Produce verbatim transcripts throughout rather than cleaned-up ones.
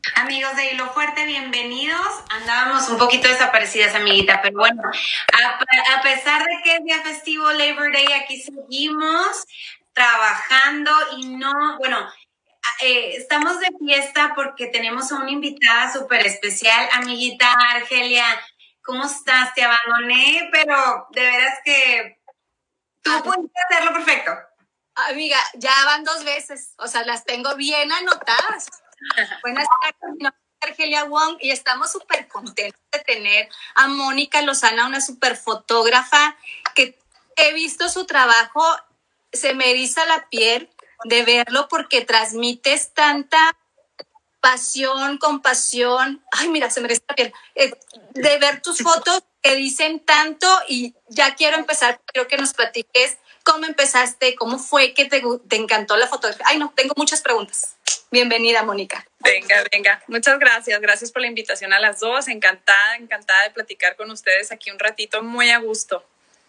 Amigos de Hilo Fuerte, bienvenidos. Andábamos un poquito desaparecidas, amiguita, pero bueno, a, a pesar de que es día festivo Labor Day, aquí seguimos trabajando y no, bueno, eh, estamos de fiesta porque tenemos a una invitada súper especial, amiguita Argelia. ¿Cómo estás? Te abandoné, pero de veras que tú Ah, pudiste hacerlo perfecto. Amiga, ya van dos veces, o sea, las tengo bien anotadas. Buenas tardes, mi nombre es Argelia Wong y estamos súper contentos de tener a Mónica Lozana, una súper fotógrafa que he visto su trabajo, se me eriza la piel de verlo porque transmites tanta pasión, compasión. Ay, mira, se me eriza la piel. Eh, de ver tus fotos que dicen tanto y ya quiero empezar, quiero que nos platiques cómo empezaste, cómo fue que te, te encantó la fotografía. Ay, no, tengo muchas preguntas. Bienvenida, Mónica. Venga, venga. Muchas gracias. Gracias por la invitación a las dos. Encantada, encantada de platicar con ustedes aquí un ratito, muy a gusto.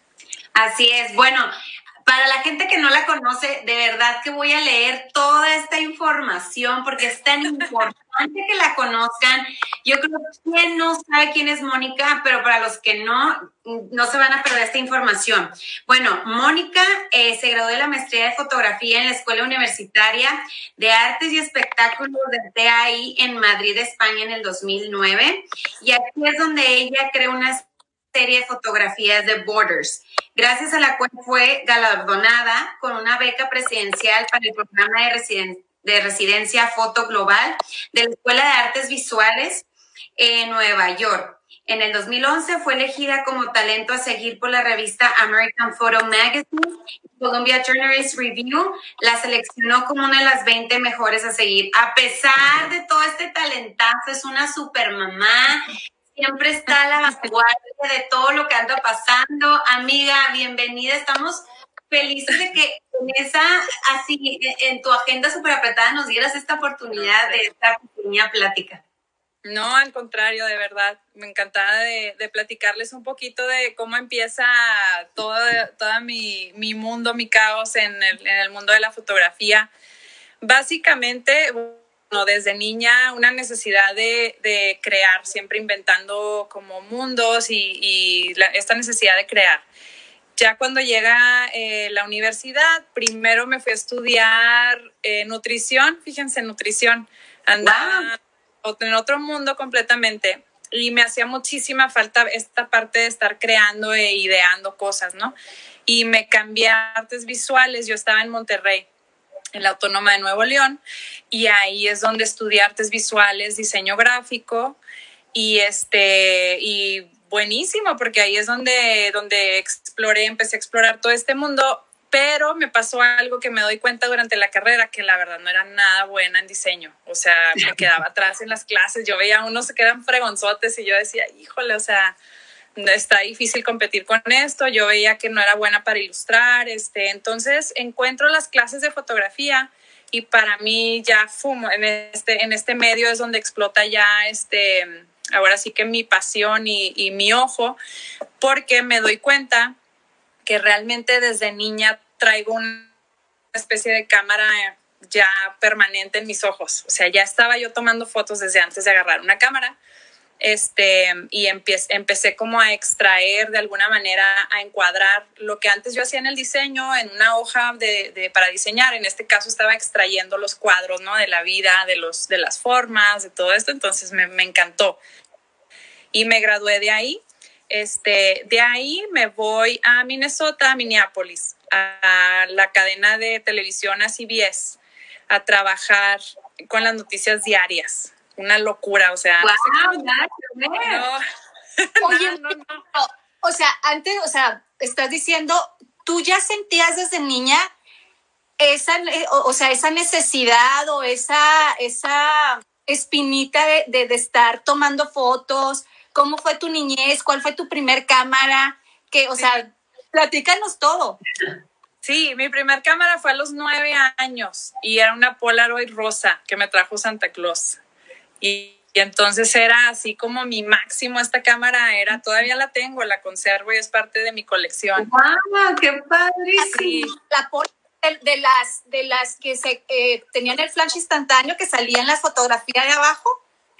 Así es. Bueno, para la gente que no la conoce, de verdad que voy a leer toda esta información porque es tan importante que la conozcan. Yo creo que quien no sabe quién es Mónica, pero para los que no, no se van a perder esta información. Bueno, Mónica eh, se graduó de la maestría de fotografía en la Escuela Universitaria de Artes y Espectáculos de T A I en Madrid, España, en el dos mil nueve. Y aquí es donde ella creó una serie de fotografías de Borders, gracias a la cual fue galardonada con una beca presidencial para el programa de, residen- de residencia Foto Global de la Escuela de Artes Visuales en Nueva York. En el dos mil once fue elegida como talento a seguir por la revista American Photo Magazine. Columbia Journalist Review la seleccionó como una de las veinte mejores a seguir. A pesar de todo este talentazo, es una super mamá. Siempre está a la vanguardia de todo lo que anda pasando. Amiga, bienvenida. Estamos felices de que en esa, así, en tu agenda súper apretada nos dieras esta oportunidad de esta pequeña plática. No, al contrario, de verdad. Me encantaba de, de platicarles un poquito de cómo empieza todo, todo mi, mi mundo, mi caos en el, en el mundo de la fotografía. Básicamente, bueno, desde niña una necesidad de, de crear, siempre inventando como mundos y, y la, esta necesidad de crear. Ya cuando llega eh, la universidad, primero me fui a estudiar eh, nutrición, fíjense, nutrición. Andaba wow. en otro mundo completamente y me hacía muchísima falta esta parte de estar creando e ideando cosas, ¿no? Y me cambié a artes visuales, yo estaba en Monterrey, en la Autónoma de Nuevo León, y ahí es donde estudié artes visuales, diseño gráfico, y este, y buenísimo, porque ahí es donde, donde exploré, empecé a explorar todo este mundo, pero me pasó algo que me doy cuenta durante la carrera, que la verdad no era nada buena en diseño, o sea, me quedaba atrás en las clases, yo veía a unos que eran fregonzotes y yo decía, híjole, o sea, está difícil competir con esto, yo veía que no era buena para ilustrar, este, entonces encuentro las clases de fotografía y para mí ya fumo, en este, en este medio es donde explota ya este, ahora sí que mi pasión y, y mi ojo, porque me doy cuenta que realmente desde niña traigo una especie de cámara ya permanente en mis ojos, o sea, ya estaba yo tomando fotos desde antes de agarrar una cámara. Este, y empecé, empecé como a extraer de alguna manera, a encuadrar lo que antes yo hacía en el diseño, en una hoja de, de, para diseñar. En este caso estaba extrayendo los cuadros, ¿no? De la vida, de, los, de las formas, de todo esto. Entonces me, me encantó. Y me gradué de ahí. Este, de ahí me voy a Minnesota, a Minneapolis, a la cadena de televisión, a C B S, a trabajar con las noticias diarias. Una locura, o sea. Wow, no, no, Oye, no, no, no. O sea, antes, o sea, estás diciendo, tú ya sentías desde niña esa, o, o sea, esa necesidad o esa, esa espinita de, de, de estar tomando fotos. ¿Cómo fue tu niñez? ¿Cuál fue tu primer cámara? Que, o sí. sea, platícanos todo. Sí, mi primer cámara fue a los nueve años y era una Polaroid rosa que me trajo Santa Claus. Y, y entonces era así como mi máximo, esta cámara era, todavía la tengo, la conservo y es parte de mi colección. ¡Wow! ¡Qué padrísimo! Sí, la de, de las de las que se eh, tenían el flash instantáneo que salía en la fotografía de abajo.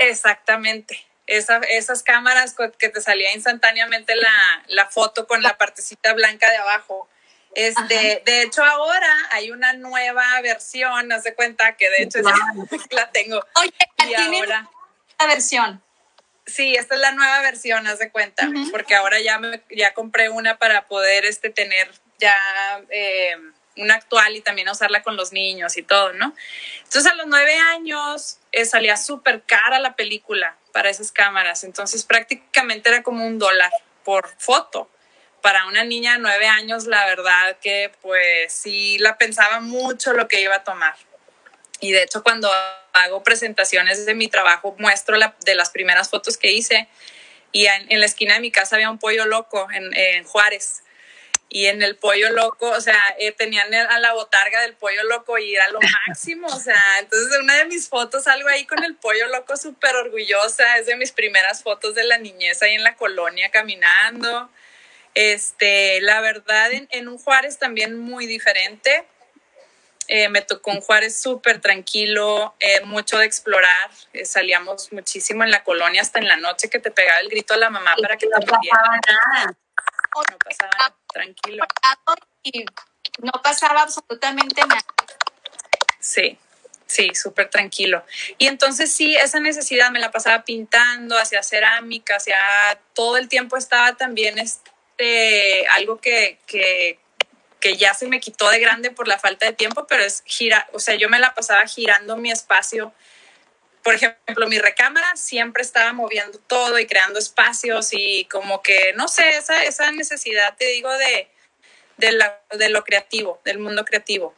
Exactamente. Esa, esas cámaras que te salía instantáneamente la, la foto con la partecita blanca de abajo. Este, de hecho, ahora hay una nueva versión, haz de cuenta que de hecho esa, la tengo. Oye, y ¿tiene ahora la versión? Sí, esta es la nueva versión, haz de cuenta, uh-huh. porque ahora ya me, ya compré una para poder este, tener ya eh, una actual y también usarla con los niños y todo, ¿no? Entonces a los nueve años eh, salía súper cara la película para esas cámaras, entonces prácticamente era como un dólar por foto. Para una niña de nueve años, la verdad que pues sí la pensaba mucho lo que iba a tomar. Y de hecho, cuando hago presentaciones de mi trabajo, muestro la, de las primeras fotos que hice. Y en, en la esquina de mi casa había un pollo loco en, en Juárez. Y en el pollo loco, o sea, eh, tenían a la botarga del pollo loco y era lo máximo. O sea, entonces una de mis fotos, salgo ahí con el pollo loco súper orgullosa. Es de mis primeras fotos de la niñez ahí en la colonia caminando. Este, la verdad, en, en un Juárez también muy diferente. Eh, me tocó un Juárez súper tranquilo, eh, mucho de explorar. Eh, salíamos muchísimo en la colonia hasta en la noche que te pegaba el grito a la mamá para que no te metiera. pasaba nada. No pasaba nada, tranquilo. Y no pasaba absolutamente nada. Sí, sí, súper tranquilo. Y entonces sí, esa necesidad me la pasaba pintando, hacia cerámica, hacia todo el tiempo estaba también este, algo que... que que ya se me quitó de grande por la falta de tiempo, pero es girar, o sea, yo me la pasaba girando mi espacio. Por ejemplo, mi recámara siempre estaba moviendo todo y creando espacios y como que, no sé, esa, esa necesidad, te digo, de, de, la, de lo creativo, del mundo creativo.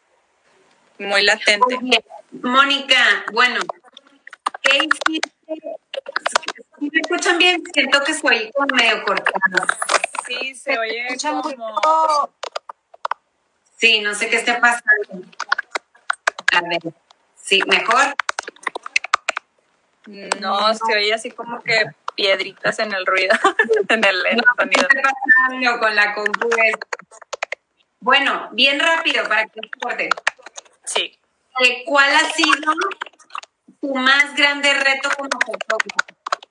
Muy latente. Oye, Mónica, bueno, ¿qué hiciste? Si me escuchan bien, siento que soy como medio cortado. Sí, se oye Escucha como... mucho. Sí, no sé qué esté pasando. A ver, sí, ¿mejor? No, no, se oye así como que piedritas en el ruido, en el, en el no, sonido. ¿qué está pasando con la compu? Bueno, bien rápido para que se corte. Sí. Eh, ¿Cuál ha sido tu más grande reto como fotógrafo?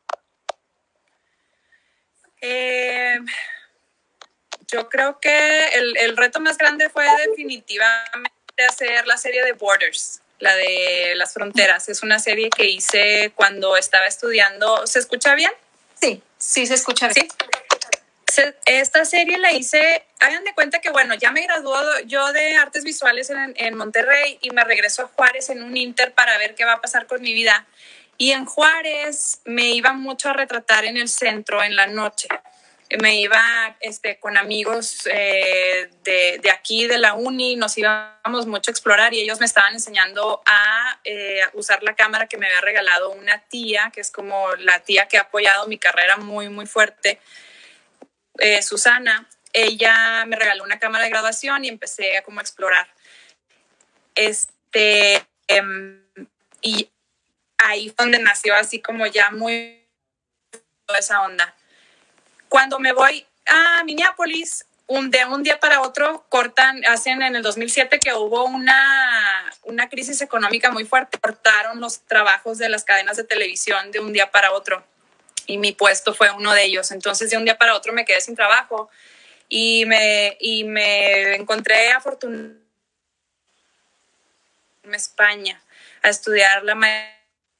Eh... Yo creo que el, el reto más grande fue definitivamente hacer la serie de Borders, la de las fronteras. Es una serie que hice cuando estaba estudiando. ¿Se escucha bien? Sí, sí se escucha bien. Sí. Esta serie la hice, hagan de cuenta que, bueno, ya me graduó yo de artes visuales en, en Monterrey y me regreso a Juárez en un inter para ver qué va a pasar con mi vida. Y en Juárez me iba mucho a retratar en el centro en la noche. Me iba este, con amigos eh, de, de aquí, de la uni, nos íbamos mucho a explorar y ellos me estaban enseñando a eh, usar la cámara que me había regalado una tía, que es como la tía que ha apoyado mi carrera muy, muy fuerte, eh, Susana. Ella me regaló una cámara de graduación y empecé a como explorar. Este, eh, y ahí fue donde nació así como ya muy toda esa onda. Cuando me voy a Minneapolis, un, de un día para otro cortan, hacen en el dos mil siete que hubo una, una crisis económica muy fuerte, cortaron los trabajos de las cadenas de televisión de un día para otro y mi puesto fue uno de ellos. Entonces de un día para otro me quedé sin trabajo y me, y me encontré afortunadamente en España a estudiar la maestría.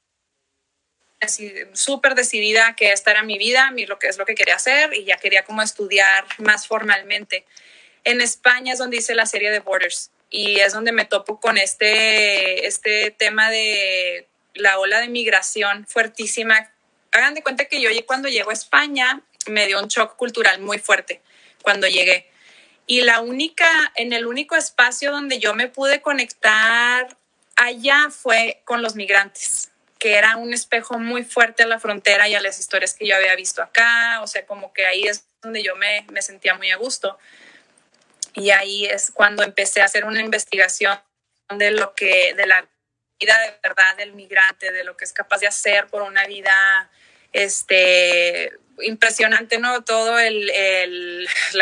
Súper decidida que esta era mi vida, lo que es lo que quería hacer y ya quería como estudiar más formalmente. En España es donde hice la serie de Borders y es donde me topo con este, este tema de la ola de migración fuertísima. Hagan de cuenta que yo cuando llego a España me dio un shock cultural muy fuerte cuando llegué. Y la única, en el único espacio donde yo me pude conectar allá fue con los migrantes, que era un espejo muy fuerte a la frontera y a las historias que yo había visto acá, o sea, como que ahí es donde yo me, me sentía muy a gusto. Y ahí es cuando empecé a hacer una investigación de lo que, de la vida de verdad del migrante, de lo que es capaz de hacer por una vida este, impresionante, ¿no? Todo el, el, la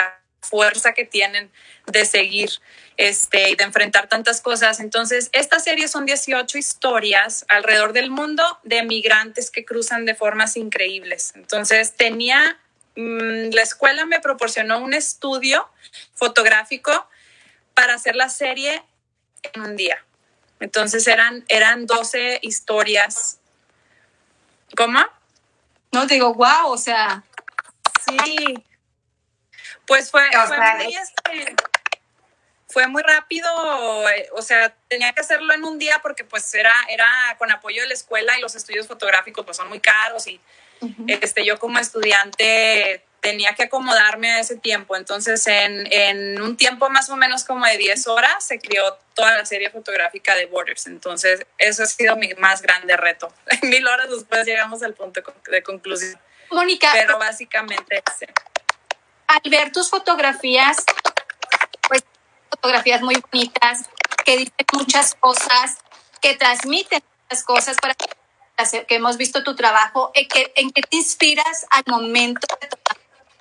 fuerza que tienen de seguir este, y de enfrentar tantas cosas. Entonces, esta serie son dieciocho historias alrededor del mundo de migrantes que cruzan de formas increíbles. Entonces, tenía, mmm, la escuela me proporcionó un estudio fotográfico para hacer la serie en un día. Entonces, eran, eran doce historias. ¿Cómo? No, digo, wow, o sea... Sí, pues fue, O fue, sea, muy, este, fue muy rápido, o sea, tenía que hacerlo en un día porque pues era, era con apoyo de la escuela y los estudios fotográficos pues son muy caros y uh-huh. este, yo como estudiante tenía que acomodarme a ese tiempo, entonces en, en un tiempo más o menos como de diez horas se creó toda la serie fotográfica de Borders, entonces eso ha sido mi más grande reto. Mil horas después llegamos al punto de conclusión. Mónica, pero básicamente sí. Al ver tus fotografías, pues fotografías muy bonitas, que dicen muchas cosas, que transmiten muchas cosas para que hemos visto tu trabajo, ¿en qué, en qué te inspiras al momento de tomar?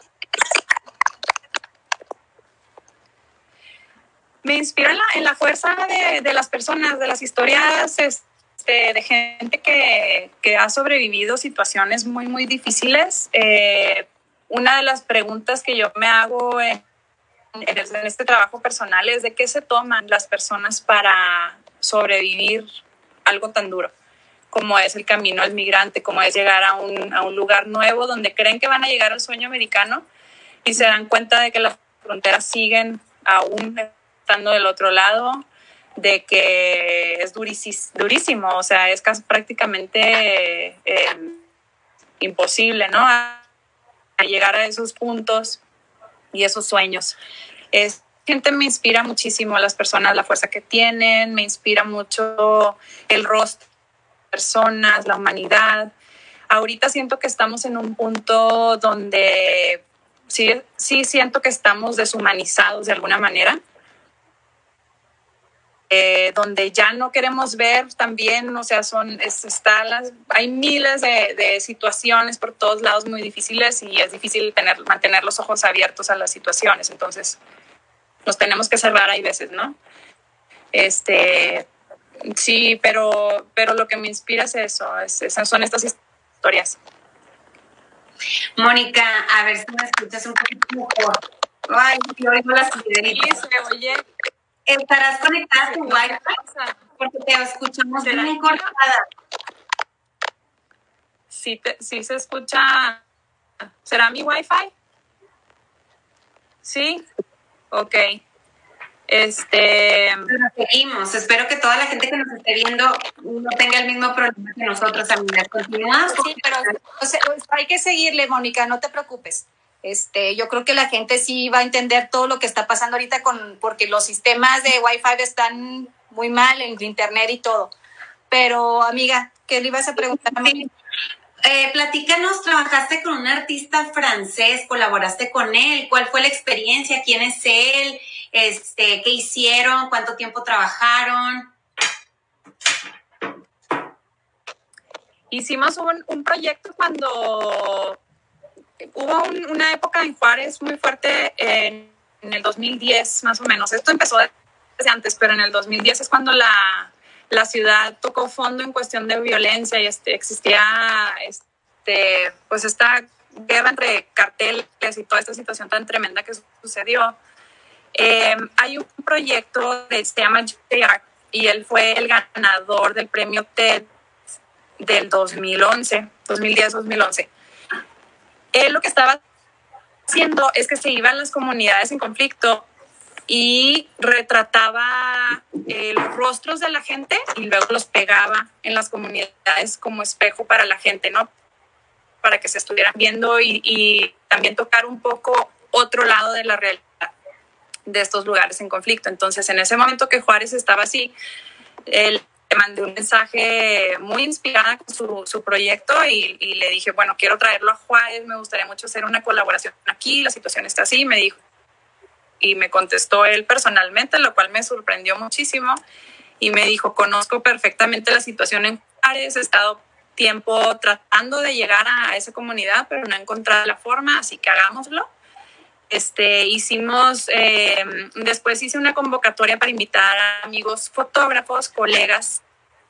Me inspira en la, en la fuerza de, de las personas, de las historias este, de gente que, que ha sobrevivido situaciones muy, muy difíciles. Eh, una de las preguntas que yo me hago en, en, en este trabajo personal es de qué se toman las personas para sobrevivir algo tan duro como es el camino al migrante, como es llegar a un, a un lugar nuevo donde creen que van a llegar al sueño americano y se dan cuenta de que las fronteras siguen aún estando del otro lado, de que es durísimo, durísimo o sea, es casi prácticamente eh, imposible, ¿no? A, a llegar a esos puntos y esos sueños. Es, gente me inspira muchísimo a las personas, la fuerza que tienen, me inspira mucho el rostro de personas, la humanidad. Ahorita siento que estamos en un punto donde sí, sí siento que estamos deshumanizados de alguna manera. Eh, donde ya no queremos ver también, o sea, son, es, está las, hay miles de, de situaciones por todos lados muy difíciles y es difícil tener, mantener los ojos abiertos a las situaciones, entonces nos tenemos que cerrar hay veces, ¿no? Este, sí, pero, pero lo que me inspira es eso, es, esas son estas historias. Mónica, a ver si me escuchas un poquito mejor. Ay, yo oigo las sideritas. Sí, se oye. ¿Estarás conectada a tu Wi-Fi? Porque te escuchamos muy cortada. Sí, te, sí se escucha. ¿Será mi Wi-Fi? Sí. Ok. Este. Pero seguimos. Espero que toda la gente que nos esté viendo no tenga el mismo problema que nosotros, amigas. Continuamos. Sí, pero o sea, hay que seguirle, Mónica, no te preocupes. Este, yo creo que la gente sí va a entender todo lo que está pasando ahorita con, porque los sistemas de Wi-Fi están muy mal en internet y todo. Pero, amiga, ¿qué le ibas a preguntar a mí? Eh, platícanos, trabajaste con un artista francés, colaboraste con él, ¿cuál fue la experiencia? ¿Quién es él? Este, ¿qué hicieron? ¿Cuánto tiempo trabajaron? Hicimos un, un proyecto cuando hubo un, una época en Juárez muy fuerte en, en el dos mil diez más o menos. Esto empezó desde antes, pero en el dos mil diez es cuando la, la ciudad tocó fondo en cuestión de violencia y este, existía este, pues esta guerra entre carteles y toda esta situación tan tremenda que sucedió. Eh, hay un proyecto que se llama J R y él fue el ganador del premio TED del dos mil once, dos mil diez dos mil once. Él lo que estaba haciendo es que se iba a las comunidades en conflicto y retrataba eh, los rostros de la gente y luego los pegaba en las comunidades como espejo para la gente, ¿no? Para que se estuvieran viendo y, y también tocar un poco otro lado de la realidad de estos lugares en conflicto. Entonces, en ese momento que Juárez estaba así, él le mandé un mensaje muy inspirada con su, su proyecto y, y le dije, bueno, quiero traerlo a Juárez, me gustaría mucho hacer una colaboración aquí, la situación está así, me dijo. Y me contestó él personalmente, lo cual me sorprendió muchísimo. Y me dijo, conozco perfectamente la situación en Juárez, he estado tiempo tratando de llegar a esa comunidad, pero no he encontrado la forma, así que hagámoslo. Este, hicimos, eh, después hice una convocatoria para invitar a amigos fotógrafos, colegas,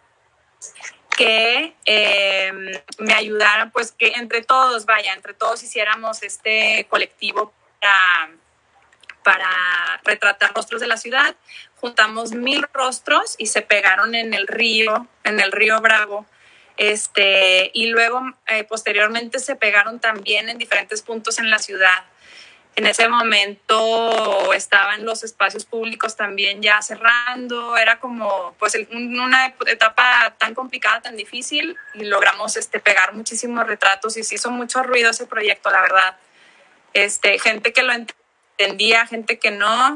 que eh, me ayudaran, pues que entre todos, vaya, entre todos hiciéramos este colectivo para, para retratar rostros de la ciudad. Juntamos mil rostros y se pegaron en el río, en el río Bravo. Este, y luego, eh, posteriormente, se pegaron también en diferentes puntos en la ciudad. En ese momento estaban los espacios públicos también ya cerrando, era como pues una etapa tan complicada, tan difícil, y logramos este, pegar muchísimos retratos y se hizo mucho ruido ese proyecto, la verdad. Este, gente que lo entendía, gente que no,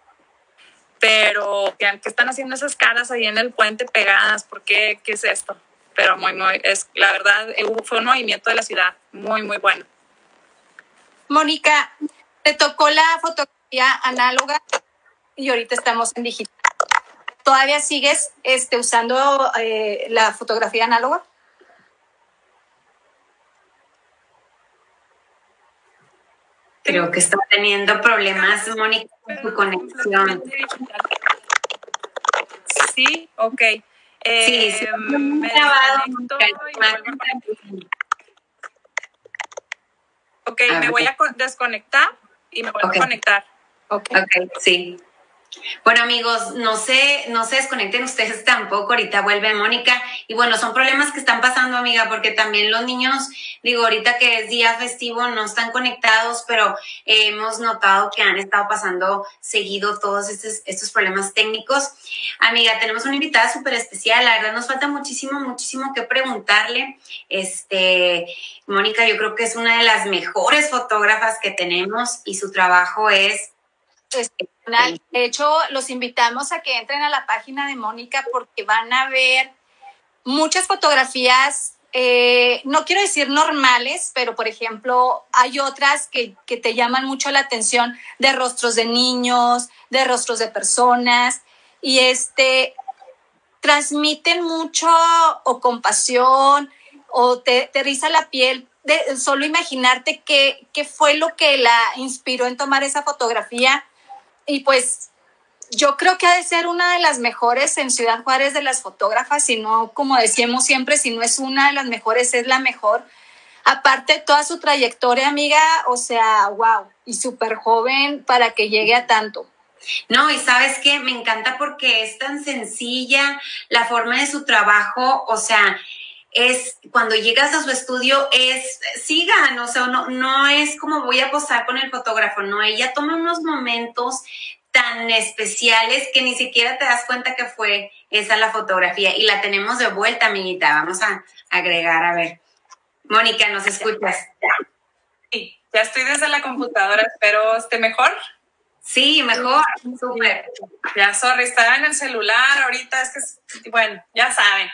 pero que, que están haciendo esas caras ahí en el puente pegadas, ¿por qué? ¿Qué es esto? Pero muy, muy, es, la verdad, fue un movimiento de la ciudad muy, muy bueno. Mónica, te tocó la fotografía análoga y ahorita estamos en digital. ¿Todavía sigues este, usando eh, la fotografía análoga? Creo que está teniendo problemas, Mónica, con tu conexión. Sí, ok. Eh, sí, sí. Me grabado. Ok, ah, me voy a desconectar y me voy okay. a conectar. Ok, okay, sí. Bueno, amigos, no se, no se desconecten ustedes tampoco, ahorita vuelve Mónica. Y bueno, son problemas que están pasando, amiga, porque también los niños, digo, ahorita que es día festivo, no están conectados, pero eh, hemos notado que han estado pasando seguido todos estos, estos problemas técnicos. Amiga, tenemos una invitada súper especial, la verdad nos falta muchísimo, muchísimo que preguntarle. Este, Mónica, yo creo que es una de las mejores fotógrafas que tenemos y su trabajo es... De hecho, los invitamos a que entren a la página de Mónica porque van a ver muchas fotografías, eh, no quiero decir normales, pero por ejemplo, hay otras que, que te llaman mucho la atención de rostros de niños, de rostros de personas, y este, transmiten mucho o compasión o te, te riza la piel de solo imaginarte qué, qué fue lo que la inspiró en tomar esa fotografía. Y pues yo creo que ha de ser una de las mejores en Ciudad Juárez de las fotógrafas, si no, como decíamos siempre, si no es una de las mejores, es la mejor. Aparte de toda su trayectoria, amiga, o sea, wow, y súper joven para que llegue a tanto. No, y ¿sabes qué? Me encanta porque es tan sencilla la forma de su trabajo, o sea... es cuando llegas a su estudio es sigan, o sea, no, no es como voy a posar con el fotógrafo, no, ella toma unos momentos tan especiales que ni siquiera te das cuenta que fue esa la fotografía y la tenemos de vuelta, amiguita, vamos a agregar, a ver, Mónica, ¿nos escuchas? Sí, ya estoy desde la computadora, espero esté mejor. Sí, mejor, súper. Ya, sorry, estaba en el celular ahorita, es que, bueno, ya saben.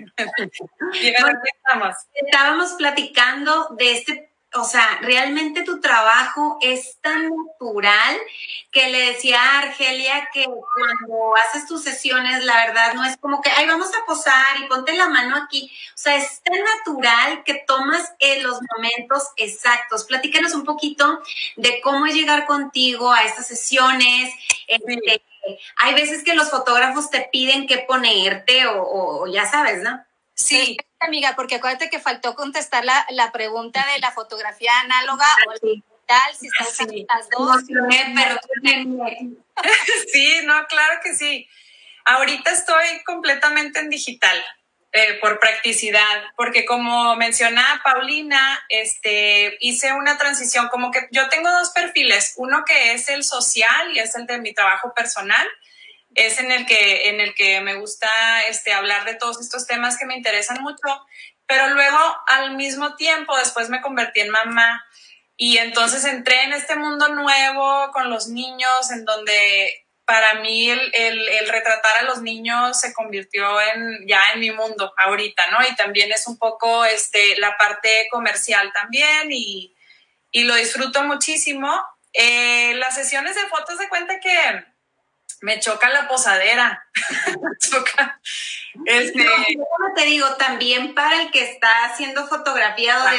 Bueno, estamos. Estábamos platicando de este, o sea, realmente tu trabajo es tan natural que le decía a Argelia que cuando haces tus sesiones, la verdad no es como que, ay, vamos a posar y ponte la mano aquí. O sea, es tan natural que tomas eh, los momentos exactos. Platícanos un poquito de cómo es llegar contigo a estas sesiones. Este, hay veces que los fotógrafos te piden qué ponerte o, o, o ya sabes, ¿no? Sí, amiga, porque acuérdate que faltó contestar la, la pregunta de la fotografía análoga ah, o la digital, si estás usando sí. las dos. Perdónenme. Sí, no, claro que sí. Ahorita estoy completamente en digital. Eh, por practicidad, porque como mencionaba Paulina, este, hice una transición, como que yo tengo dos perfiles, uno que es el social y es el de mi trabajo personal, es en el que, en el que me gusta este, hablar de todos estos temas que me interesan mucho, pero luego al mismo tiempo después me convertí en mamá y entonces entré en este mundo nuevo con los niños en donde para mí el, el, el retratar a los niños se convirtió en ya en mi mundo ahorita, ¿no? Y también es un poco este, la parte comercial también y, y lo disfruto muchísimo. Eh, las sesiones de fotos de cuenta que me choca la posadera. me choca. Este... No, te digo, también para el que está haciendo fotografía, es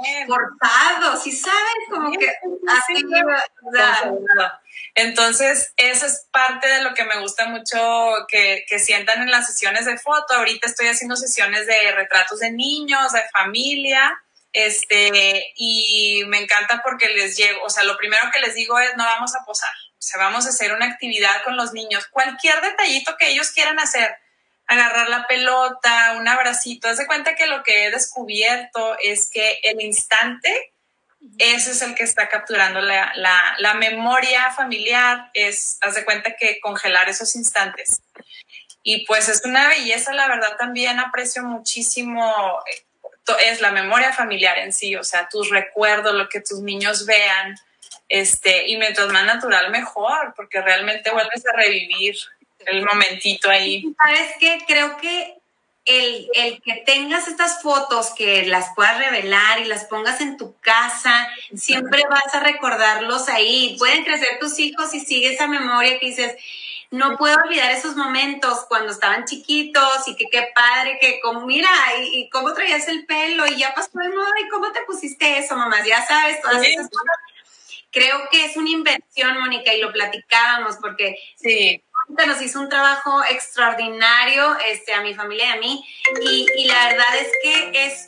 forzado, ¿sí sabes? Como sí, que así, sí, o sea, entonces, eso es parte de lo que me gusta mucho que, que sientan en las sesiones de foto. Ahorita estoy haciendo sesiones de retratos de niños, de familia, este, y me encanta porque les llevo, o sea, lo primero que les digo es no vamos a posar, o sea, vamos a hacer una actividad con los niños, cualquier detallito que ellos quieran hacer, agarrar la pelota, un abracito. Haz de cuenta que lo que he descubierto es que el instante, ese es el que está capturando la, la, la memoria familiar, es, haz de cuenta que congelar esos instantes. Y pues es una belleza, la verdad, también aprecio muchísimo, es la memoria familiar en sí, o sea, tus recuerdos, lo que tus niños vean, este, y mientras más natural, mejor, porque realmente vuelves a revivir el momentito ahí. ¿Sabes qué? Creo que el, el que tengas estas fotos, que las puedas revelar y las pongas en tu casa, siempre vas a recordarlos ahí. Pueden crecer tus hijos y sigue esa memoria que dices, no puedo olvidar esos momentos cuando estaban chiquitos y que qué padre, que como, mira, y, y cómo traías el pelo y ya pasó de moda y cómo te pusiste eso, mamás, ya sabes, todas esas cosas. Creo que es una inversión, Mónica, y lo platicábamos porque sí. Nos hizo un trabajo extraordinario este, a mi familia y a mí, y, y la verdad es que es,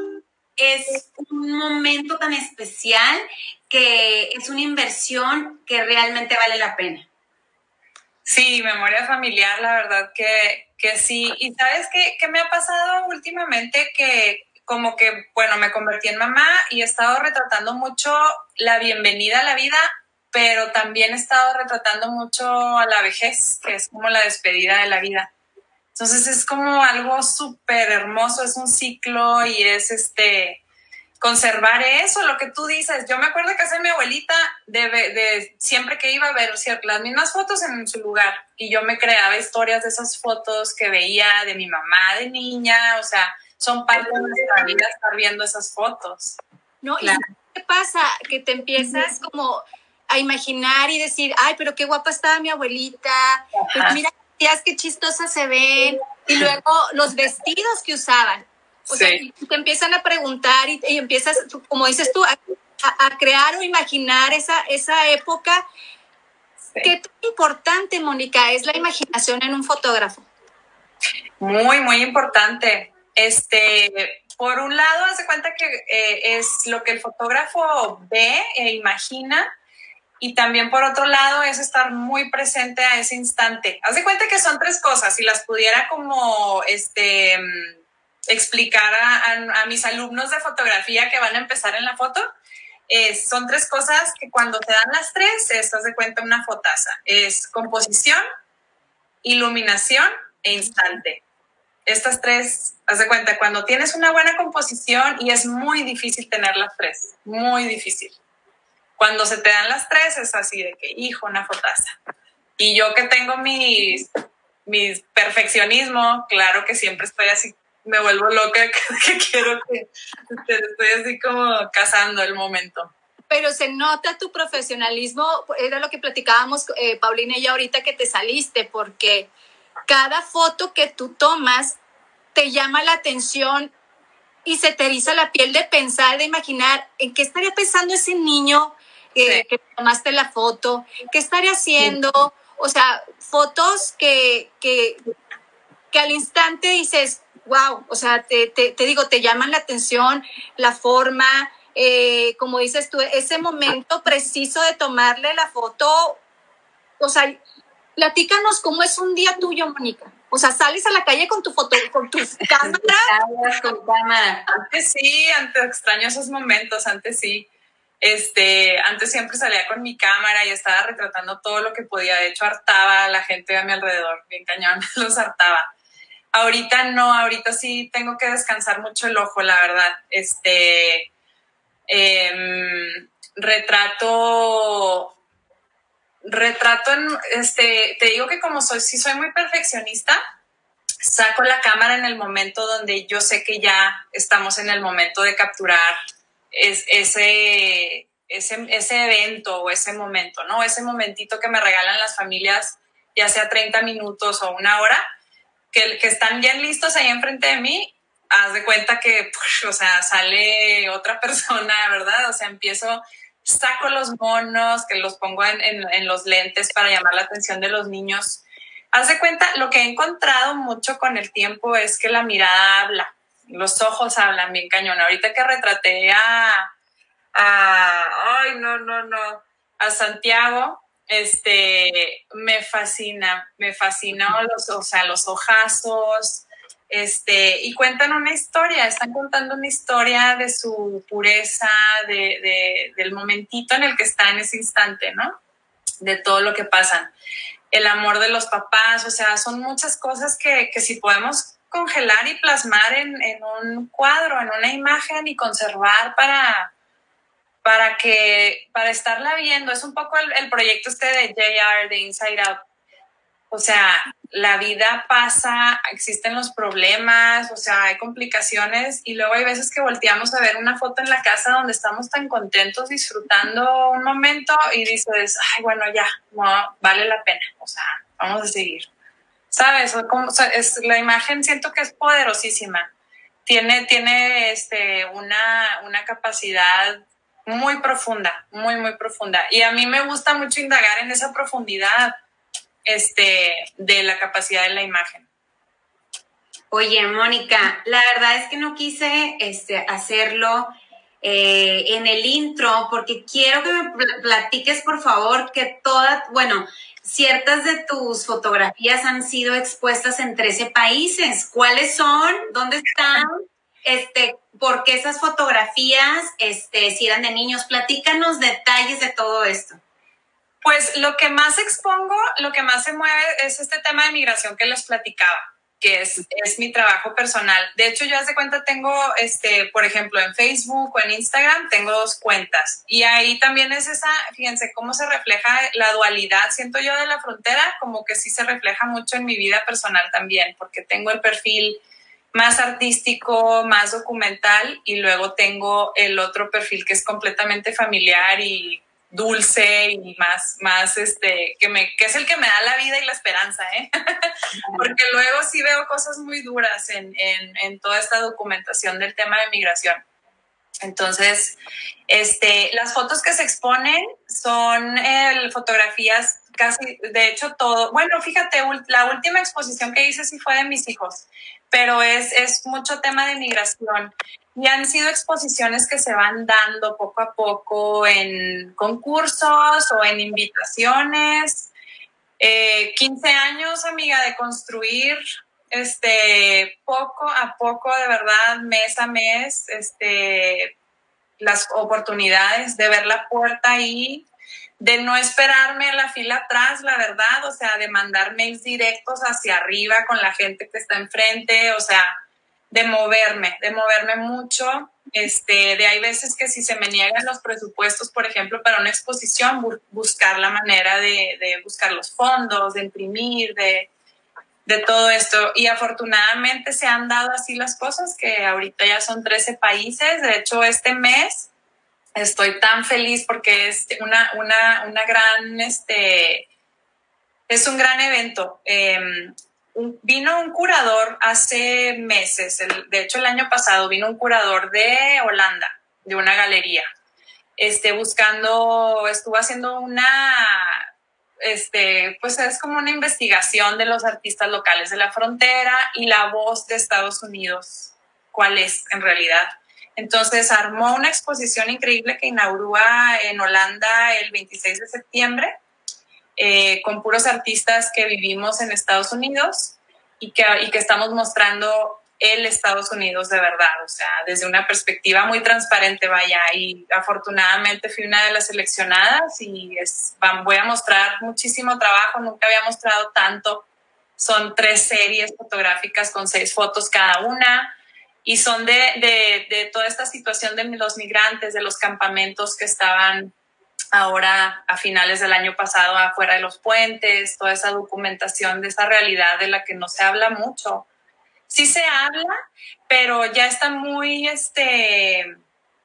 es un momento tan especial que es una inversión que realmente vale la pena. Sí, memoria familiar, la verdad que, que sí. Y ¿sabes qué, qué me ha pasado últimamente? Que como que, bueno, me convertí en mamá y he estado retratando mucho la bienvenida a la vida, pero también he estado retratando mucho a la vejez, que es como la despedida de la vida. Entonces es como algo súper hermoso, es un ciclo y es este conservar eso, lo que tú dices. Yo me acuerdo que hace mi abuelita, de, de siempre que iba a ver ¿cierto? Las mismas fotos en su lugar, y yo me creaba historias de esas fotos que veía de mi mamá de niña, o sea, son parte de nuestra vida estar viendo esas fotos. No, claro. ¿Y qué pasa? Que te empiezas como a imaginar y decir, ay, pero qué guapa estaba mi abuelita, pues mira, qué chistosas se ven, y luego los vestidos que usaban. O sí. sea, y te empiezan a preguntar y, y empiezas, como dices tú, a, a, a crear o imaginar esa, esa época. Sí. Qué tan importante, Mónica, es la imaginación en un fotógrafo. Muy, muy importante. Este, por un lado, haz de cuenta que eh, es lo que el fotógrafo ve e imagina, y también por otro lado es estar muy presente a ese instante. Haz de cuenta que son tres cosas, si las pudiera como este, explicar a, a, a mis alumnos de fotografía que van a empezar en la foto, eh, son tres cosas que cuando te dan las tres, es, haz de cuenta, una fotaza. Es composición, iluminación e instante. Estas tres, haz de cuenta, cuando tienes una buena composición, y es muy difícil tener las tres, muy difícil. Cuando se te dan las tres es así de que, hijo, una fotaza. Y yo que tengo mis, mis perfeccionismo, claro que siempre estoy así, me vuelvo loca, que, que quiero que, que estoy así como cazando el momento. Pero se nota tu profesionalismo, era lo que platicábamos, eh, Paulina y yo ahorita que te saliste, porque cada foto que tú tomas te llama la atención y se te eriza la piel de pensar, de imaginar en qué estaría pensando ese niño eh, sí. que tomaste la foto, qué estaría haciendo, sí. O sea, fotos que, que, que al instante dices, wow, o sea, te, te, te digo, te llaman la atención, la forma, eh, como dices tú, ese momento preciso de tomarle la foto, o sea, platícanos cómo es un día tuyo, Mónica. O sea, sales a la calle con tu foto, con tu cámara. Con cámara. Antes sí, antes extraño esos momentos, antes sí. Este, antes siempre salía con mi cámara y estaba retratando todo lo que podía. De hecho, hartaba a la gente a mi alrededor, bien cañón, los hartaba. Ahorita no, ahorita sí tengo que descansar mucho el ojo, la verdad. Este, eh, retrato... Retrato, en, este, te digo que como soy, sí soy muy perfeccionista, saco la cámara en el momento donde yo sé que ya estamos en el momento de capturar es, ese, ese, ese evento o ese momento, ¿no? Ese momentito que me regalan las familias, ya sea treinta minutos o una hora, que, que están bien listos ahí enfrente de mí, haz de cuenta que, pues, o sea, sale otra persona, ¿verdad? O sea, empiezo, saco los monos, que los pongo en, en, en los lentes para llamar la atención de los niños. Haz de cuenta, lo que he encontrado mucho con el tiempo es que la mirada habla, los ojos hablan bien cañón. Ahorita que retraté a, a ay, no, no, no, a Santiago, este, me fascina, me fascinó los, o sea, los ojazos, este, y cuentan una historia, están contando una historia de su pureza, de, de, del momentito en el que está en ese instante, ¿no? De todo lo que pasan. El amor de los papás, o sea, son muchas cosas que, que si podemos congelar y plasmar en, en un cuadro, en una imagen y conservar para, para que, para estarla viendo. Es un poco el, el proyecto este de J R, de Inside Out. O sea, la vida pasa, existen los problemas, o sea, hay complicaciones y luego hay veces que volteamos a ver una foto en la casa donde estamos tan contentos disfrutando un momento y dices, ay, bueno, ya, no, vale la pena, o sea, vamos a seguir. ¿Sabes? O como, o sea, es, la imagen siento que es poderosísima. Tiene, tiene este, una, una capacidad muy profunda, muy, muy profunda. Y a mí me gusta mucho indagar en esa profundidad. Este, de la capacidad de la imagen. Oye, Mónica, la verdad es que no quise este, hacerlo eh, en el intro porque quiero que me platiques, por favor, que todas, bueno, ciertas de tus fotografías han sido expuestas en trece países. ¿Cuáles son? ¿Dónde están? Este, ¿por qué esas fotografías, este, si eran de niños? Platícanos detalles de todo esto. Pues lo que más expongo, lo que más se mueve es este tema de migración que les platicaba, que es, es mi trabajo personal. De hecho, yo haz de cuenta tengo, este, por ejemplo, en Facebook o en Instagram, tengo dos cuentas. Y ahí también es esa, fíjense cómo se refleja la dualidad, siento yo, de la frontera, como que sí se refleja mucho en mi vida personal también, porque tengo el perfil más artístico, más documental, y luego tengo el otro perfil que es completamente familiar y dulce y más, más este, que, me, que es el que me da la vida y la esperanza, ¿eh? Porque luego sí veo cosas muy duras en, en, en toda esta documentación del tema de migración. Entonces, este, las fotos que se exponen son eh, fotografías casi, de hecho todo, bueno, fíjate, la última exposición que hice sí fue de mis hijos, pero es, es mucho tema de migración. Y han sido exposiciones que se van dando poco a poco en concursos o en invitaciones. Eh, quince años, amiga, de construir este, poco a poco, de verdad, mes a mes, este, las oportunidades de ver la puerta ahí, de no esperarme en la fila atrás, la verdad, o sea, de mandar mails directos hacia arriba con la gente que está enfrente, o sea, de moverme, de moverme mucho. Este, de hay veces que si se me niegan los presupuestos, por ejemplo, para una exposición, bu- buscar la manera de, de buscar los fondos, de imprimir, de, de todo esto. Y afortunadamente se han dado así las cosas, que ahorita ya son trece países. De hecho, este mes estoy tan feliz porque es una, una, una gran, este, es un gran evento. Eh, Vino un curador hace meses, el, de hecho el año pasado vino un curador de Holanda, de una galería, este, buscando, estuvo haciendo una, este, pues es como una investigación de los artistas locales de la frontera y la voz de Estados Unidos, cuál es en realidad. Entonces armó una exposición increíble que inaugura en Holanda el veintiséis de septiembre. Eh, con puros artistas que vivimos en Estados Unidos y que, y que estamos mostrando el Estados Unidos de verdad, o sea, desde una perspectiva muy transparente, vaya, y afortunadamente fui una de las seleccionadas y es, voy a mostrar muchísimo trabajo, nunca había mostrado tanto, son tres series fotográficas con seis fotos cada una y son de, de, de toda esta situación de los migrantes, de los campamentos que estaban ahora a finales del año pasado afuera de los puentes, toda esa documentación de esa realidad de la que no se habla mucho. Sí se habla, pero ya está muy, este,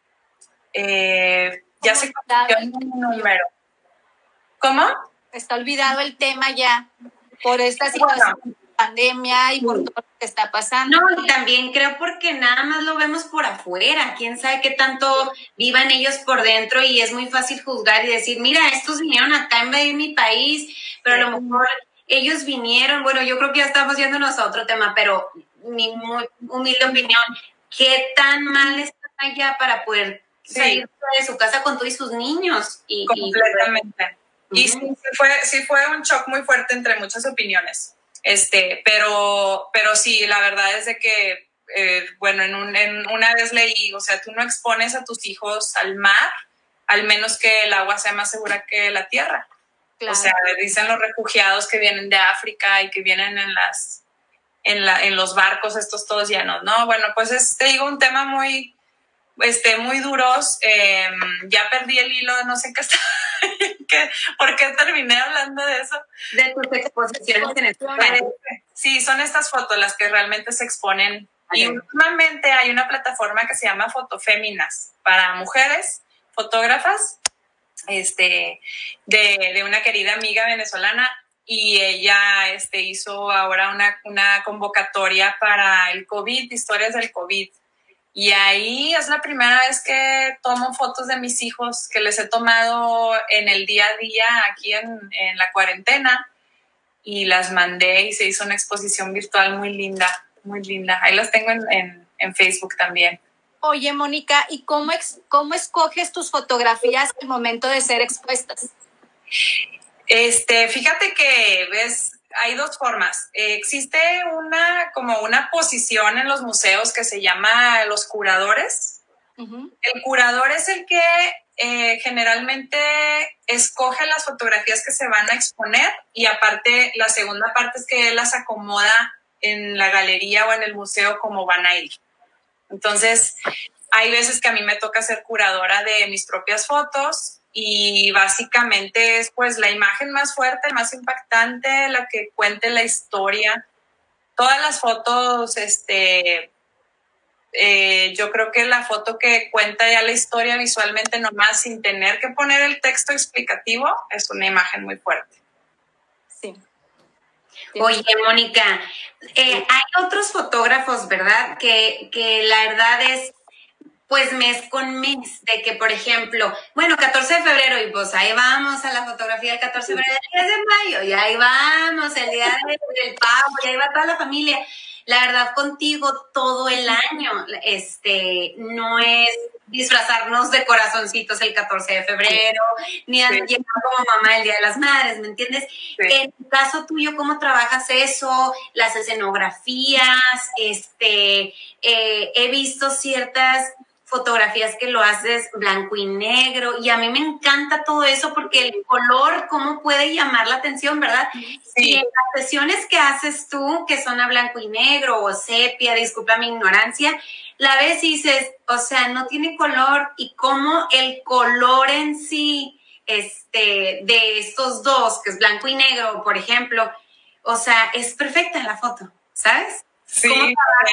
eh, ya se convirtió en un número. ¿Cómo? Está olvidado el tema ya por esta situación. Bueno, pandemia y por todo lo que está pasando. No, y también creo porque nada más lo vemos por afuera, quién sabe qué tanto vivan ellos por dentro y es muy fácil juzgar y decir, mira, estos vinieron acá a invadir mi país, pero a lo mejor ellos vinieron, bueno, yo creo que ya estamos yéndonos a otro tema, pero mi muy humilde opinión, ¿qué tan mal están allá para poder salir sí. de su casa con tú y sus niños? Y, completamente. Y, y uh-huh. sí, fue, sí fue un shock muy fuerte entre muchas opiniones. Este, pero, pero sí, la verdad es de que, eh, bueno, en, un, en una vez leí, o sea, tú no expones a tus hijos al mar, al menos que el agua sea más segura que la tierra. Claro. O sea, dicen los refugiados que vienen de África y que vienen en las, en la, en los barcos estos todos llenos, ¿no? Bueno, pues es, te digo, un tema muy, este, muy duros. Eh, ya perdí el hilo, no sé qué está. ¿Qué? ¿Por qué terminé hablando de eso? De tus exposiciones en España. Sí, son estas fotos las que realmente se exponen. Okay. Y últimamente hay una plataforma que se llama Fotoféminas para mujeres fotógrafas, este, de, de una querida amiga venezolana, y ella este, hizo ahora una, una convocatoria para el COVID, historias del COVID. Y ahí es la primera vez que tomo fotos de mis hijos que les he tomado en el día a día aquí en, en la cuarentena, y las mandé y se hizo una exposición virtual muy linda, muy linda. Ahí las tengo en, en, en Facebook también. Oye, Mónica, ¿y cómo, ex, cómo escoges tus fotografías al momento de ser expuestas? Este, fíjate que ves... Hay dos formas. Eh, existe una como una posición en los museos que se llama los curadores. Uh-huh. El curador es el que eh, generalmente escoge las fotografías que se van a exponer, y aparte la segunda parte es que él las acomoda en la galería o en el museo como van a ir. Entonces, hay veces que a mí me toca ser curadora de mis propias fotos. Y básicamente es pues la imagen más fuerte, más impactante, la que cuente la historia. Todas las fotos, este, eh, yo creo que la foto que cuenta ya la historia visualmente nomás sin tener que poner el texto explicativo es una imagen muy fuerte. Sí. Oye, Mónica, eh, hay otros fotógrafos, ¿verdad? Que, que la verdad es... pues mes con mes, de que, por ejemplo, bueno, catorce de febrero, y pues ahí vamos a la fotografía del catorce de febrero, el diez de mayo, y ahí vamos, el día del pavo, y ahí va toda la familia. La verdad, contigo todo el año, este, no es disfrazarnos de corazoncitos el catorce de febrero, ni llegar sí. como mamá el Día de las Madres, ¿me entiendes? Sí. En tu caso tuyo, ¿cómo trabajas eso? Las escenografías, este, eh, he visto ciertas fotografías que lo haces blanco y negro, y a mí me encanta todo eso porque el color, cómo puede llamar la atención, ¿verdad? Sí. Y en las sesiones que haces tú, que son a blanco y negro o sepia, disculpa mi ignorancia, la ves y dices, o sea, no tiene color, y cómo el color en sí, este, de estos dos, que es blanco y negro, por ejemplo, o sea, es perfecta la foto, ¿sabes? Sí. ¿Cómo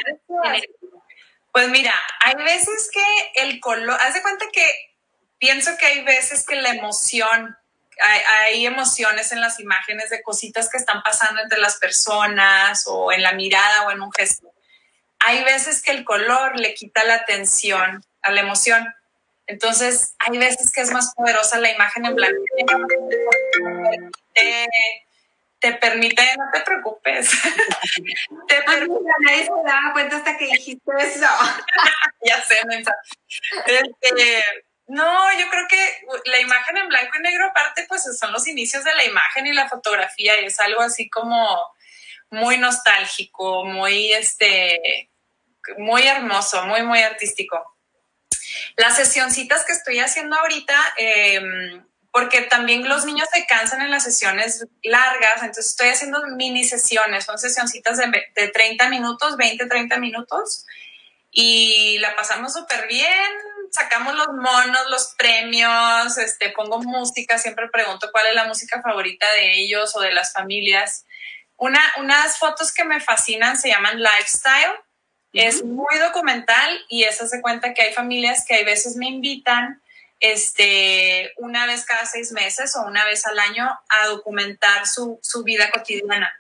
Pues mira, hay veces que el color, haz de cuenta que pienso que hay veces que la emoción, hay, hay emociones en las imágenes de cositas que están pasando entre las personas o en la mirada o en un gesto. Hay veces que el color le quita la atención a la emoción. Entonces, hay veces que es más poderosa la imagen en blanco y negro. Te, te permite, no te preocupes. Te permite, nadie se daba cuenta hasta que dijiste eso. Ya sé, mensa. Este, no, yo creo que la imagen en blanco y negro, aparte, pues son los inicios de la imagen y la fotografía, y es algo así como muy nostálgico, muy, este, muy hermoso, muy, muy artístico. Las sesioncitas que estoy haciendo ahorita, eh, porque también los niños se cansan en las sesiones largas, entonces estoy haciendo mini sesiones, son sesioncitas de, de treinta minutos, veinte, treinta minutos, y la pasamos súper bien, sacamos los monos, los premios, este, pongo música, siempre pregunto cuál es la música favorita de ellos o de las familias. Una, unas fotos que me fascinan se llaman Lifestyle, uh-huh. Es muy documental, y eso se cuenta que hay familias que hay veces me invitan este, una vez cada seis meses o una vez al año a documentar su, su vida cotidiana.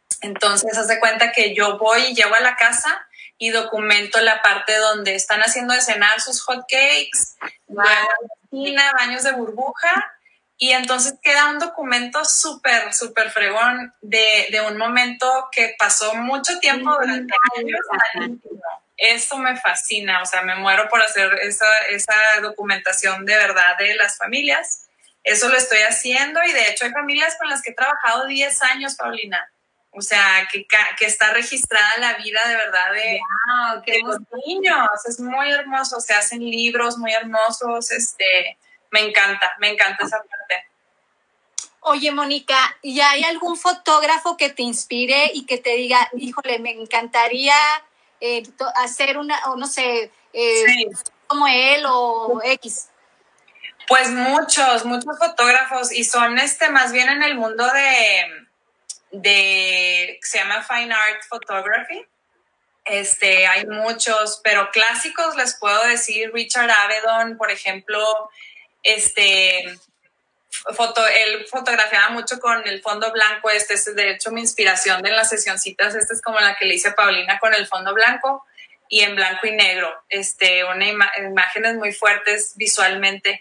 Entonces, haz de cuenta que yo voy y llego a la casa y documento la parte donde están haciendo de cenar sus hot cakes, luego cocina, baños de burbuja, y entonces queda un documento súper, súper fregón de, de un momento que pasó mucho tiempo durante años. Eso me fascina, o sea, me muero por hacer esa, esa documentación de verdad de las familias. Eso lo estoy haciendo, y de hecho hay familias con las que he trabajado diez años, Paulina. O sea, que, que está registrada la vida de verdad de, wow, de los niños. Es muy hermoso. Se hacen libros muy hermosos. Este, me encanta, me encanta esa parte. Oye, Mónica, ¿y hay algún fotógrafo que te inspire y que te diga, híjole, me encantaría eh, hacer una, o no sé, eh, sí, como él o X? Pues muchos, muchos fotógrafos, y son este más bien en el mundo de... de se llama Fine Art Photography. Este, hay muchos, pero clásicos les puedo decir Richard Avedon, por ejemplo. Este, foto, él fotografiaba mucho con el fondo blanco. Este es de hecho mi inspiración de las sesioncitas. Esta es como la que le hice a Paulina, con el fondo blanco y en blanco y negro. Este, una ima- imágenes muy fuertes visualmente.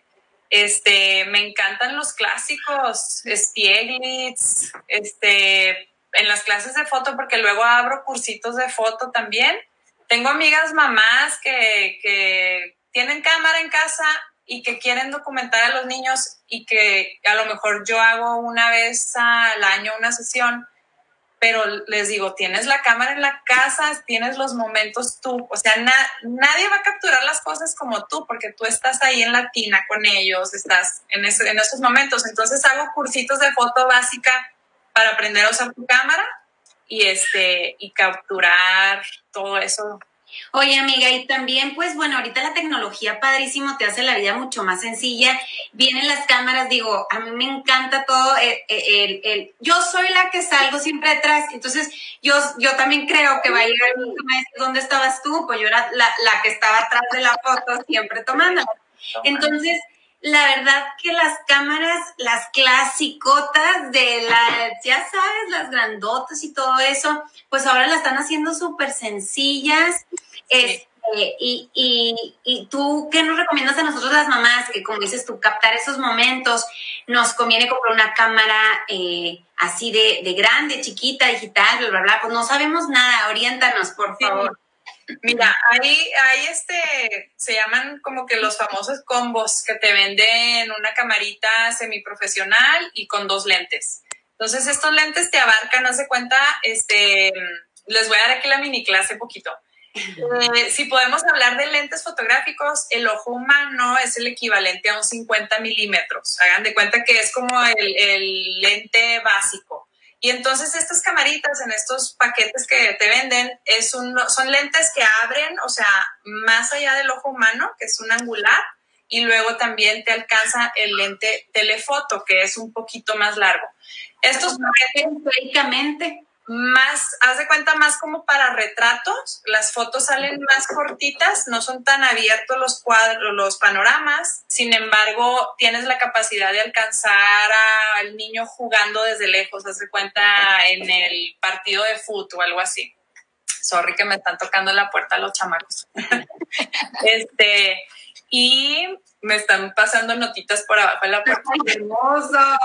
Este, me encantan los clásicos, Stieglitz, este, en las clases de foto, porque luego abro cursitos de foto también. Tengo amigas mamás que, que tienen cámara en casa y que quieren documentar a los niños, y que a lo mejor yo hago una vez al año una sesión, pero les digo, tienes la cámara en la casa, tienes los momentos tú, o sea, na- nadie va a capturar las cosas como tú, porque tú estás ahí en la tina con ellos, estás en, ese, en esos momentos. Entonces hago cursitos de foto básica para aprender a usar tu cámara y, este, y capturar todo eso. Oye, amiga, y también, pues, bueno, ahorita la tecnología padrísimo te hace la vida mucho más sencilla. Vienen las cámaras, digo, a mí me encanta todo. El, el, el, yo soy la que salgo siempre detrás, entonces yo, yo también creo que va a llegar mi maestro. ¿Dónde estabas tú? Pues yo era la, la que estaba atrás de la foto, siempre tomándola. Entonces, la verdad que las cámaras, las clasicotas de las, ya sabes, las grandotas y todo eso, pues ahora las están haciendo súper sencillas. Este, y, y, y tú, ¿qué nos recomiendas a nosotros las mamás? Que como dices tú, captar esos momentos, nos conviene comprar una cámara eh, así de, de grande, chiquita, digital, bla, bla, bla. Pues no sabemos nada, oriéntanos, por favor. Sí. Mira, hay, hay este, se llaman como que los famosos combos, que te venden una camarita semiprofesional y con dos lentes. Entonces, estos lentes te abarcan, haz de cuenta, este, les voy a dar aquí la mini clase poquito. Eh, si podemos hablar de lentes fotográficos, el ojo humano es el equivalente a un cincuenta milímetros. Hagan de cuenta que es como el, el lente básico. Y entonces estas camaritas en estos paquetes que te venden es un, son lentes que abren, o sea, más allá del ojo humano, que es un angular, y luego también te alcanza el lente telefoto, que es un poquito más largo. Estos paquetes, teóricamente, más, haz de cuenta, más como para retratos. Las fotos salen más cortitas, no son tan abiertos los cuadros, los panoramas. Sin embargo, tienes la capacidad de alcanzar al niño jugando desde lejos, haz de cuenta, en el partido de fútbol o algo así. Sorry que me están tocando la puerta los chamacos. este, y me están pasando notitas por abajo de la puerta. ¡Ay, hermoso!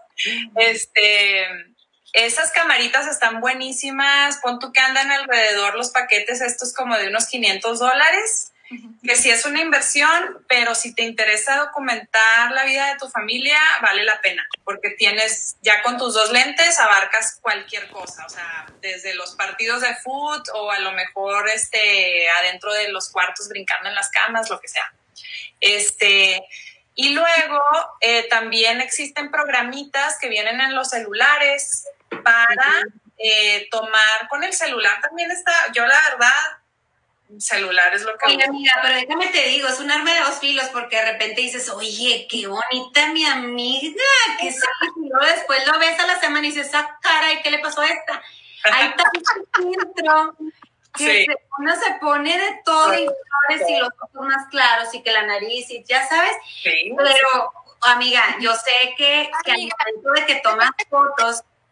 Este... Esas camaritas están buenísimas. Pon tú que andan alrededor los paquetes estos como de unos quinientos dólares, uh-huh. Que sí es una inversión, pero si te interesa documentar la vida de tu familia, vale la pena, porque tienes, ya con tus dos lentes abarcas cualquier cosa, o sea, desde los partidos de fútbol o a lo mejor este, adentro de los cuartos brincando en las camas, lo que sea. Este... Y luego eh, también existen programitas que vienen en los celulares para eh, tomar con el celular. También está, yo la verdad, celular es lo que... Oye, amiga, pero déjame te digo, es un arma de dos filos, porque de repente dices, oye, qué bonita mi amiga, que sí, y luego después lo ves a la semana y dices, ah, caray, ¿qué le pasó a esta? Hay tanto filtro que sí. se, uno se pone de todo, y flores y los ojos más claros y que la nariz y ya sabes, sí. Pero amiga, yo sé que, que al momento de que tomas fotos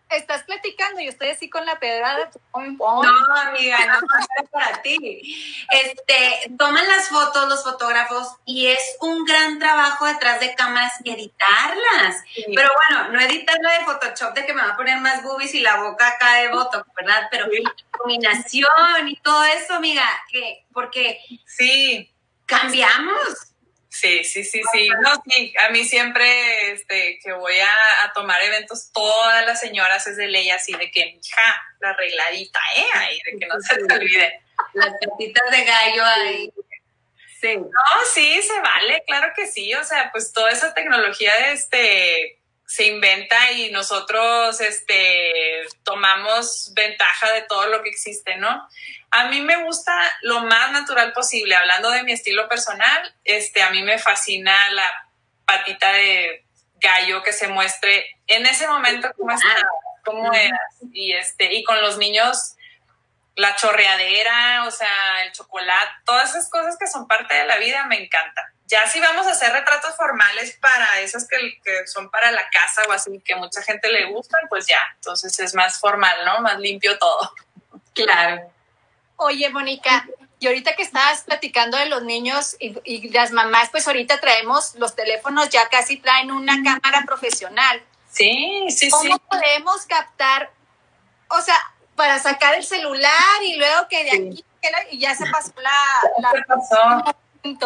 estás platicando, yo estoy así con la pedrada. No, amiga, no, no es para ti. Este, toman las fotos los fotógrafos y es un gran trabajo detrás de cámaras editarlas. Sí. Pero bueno, no editarla de Photoshop de que me va a poner más boobies y la boca acá de Botox, ¿verdad? Pero sí. La combinación y todo eso, amiga, que, porque sí, cambiamos. Sí, sí, sí, sí. No, sí, a mí siempre este, que voy a, a tomar eventos, todas las señoras es de ley así de que, hija, la arregladita, ¿eh? Ahí, de que no se te olvide. Las patitas de gallo ahí. Sí. No, sí, se vale, claro que sí. O sea, pues toda esa tecnología este, se inventa y nosotros este, tomamos ventaja de todo lo que existe, ¿no? A mí me gusta lo más natural posible. Hablando de mi estilo personal, este, a mí me fascina la patita de gallo que se muestre en ese momento cómo está, cómo eras. Y, este, y con los niños, la chorreadera, o sea, el chocolate, todas esas cosas que son parte de la vida me encantan. Ya si vamos a hacer retratos formales para esas que, que son para la casa o así, que mucha gente le gustan, pues ya. Entonces es más formal, ¿no? Más limpio todo. Claro. Oye, Mónica, y ahorita que estabas platicando de los niños y, y las mamás, pues ahorita traemos los teléfonos, ya casi traen una cámara profesional. Sí, sí, ¿Cómo sí. ¿Cómo podemos captar, o sea, para sacar el celular y luego que de sí. aquí y ya se pasó la... la ¿Qué pasó?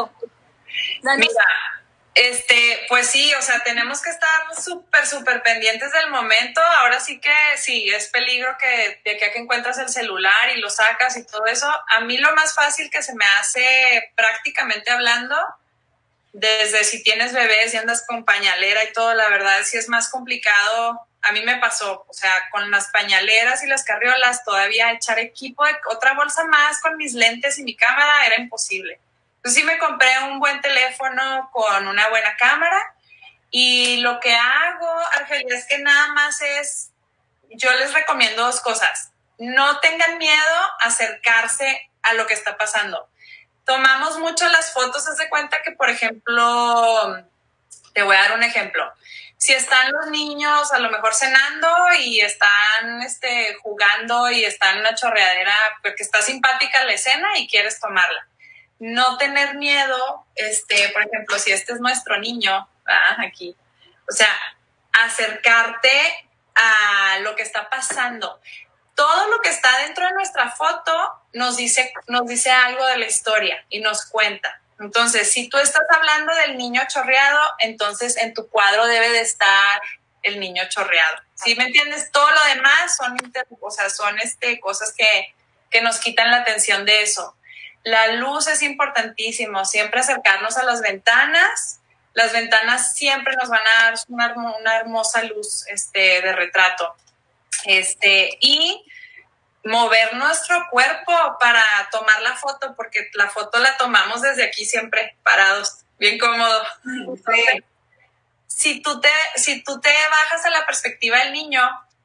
Danos... Mira, este, pues sí, o sea, tenemos que estar súper, súper pendientes del momento. Ahora sí que sí, es peligro que de aquí a que encuentras el celular y lo sacas y todo eso. A mí lo más fácil que se me hace prácticamente hablando, desde si tienes bebés y andas con pañalera y todo, la verdad sí es más complicado. A mí me pasó, o sea, con las pañaleras y las carriolas, todavía echar equipo de otra bolsa más con mis lentes y mi cámara era imposible. Entonces sí me compré un buen teléfono con una buena cámara y lo que hago, Argelia, es que nada más es, yo les recomiendo dos cosas. No tengan miedo a acercarse a lo que está pasando. Tomamos mucho las fotos, haz de cuenta que, por ejemplo, te voy a dar un ejemplo. Si están los niños a lo mejor cenando y están este, jugando y están en una chorreadera, porque está simpática la escena y quieres tomarla. No tener miedo, este, por ejemplo, si este es nuestro niño, ¿verdad? Aquí, o sea, acercarte a lo que está pasando. Todo lo que está dentro de nuestra foto nos dice, nos dice algo de la historia y nos cuenta. Entonces, si tú estás hablando del niño chorreado, entonces en tu cuadro debe de estar el niño chorreado. ¿Sí me entiendes? Todo lo demás son, o sea, son este, cosas que, que nos quitan la atención de eso. La luz es importantísimo, siempre acercarnos a las ventanas. Las ventanas siempre nos van a dar una, una hermosa luz este, de retrato. Este, y mover nuestro cuerpo para tomar la foto, porque la foto la tomamos desde aquí siempre parados, bien cómodo. Sí. Si tú te, si tú te bajas a la perspectiva del niño,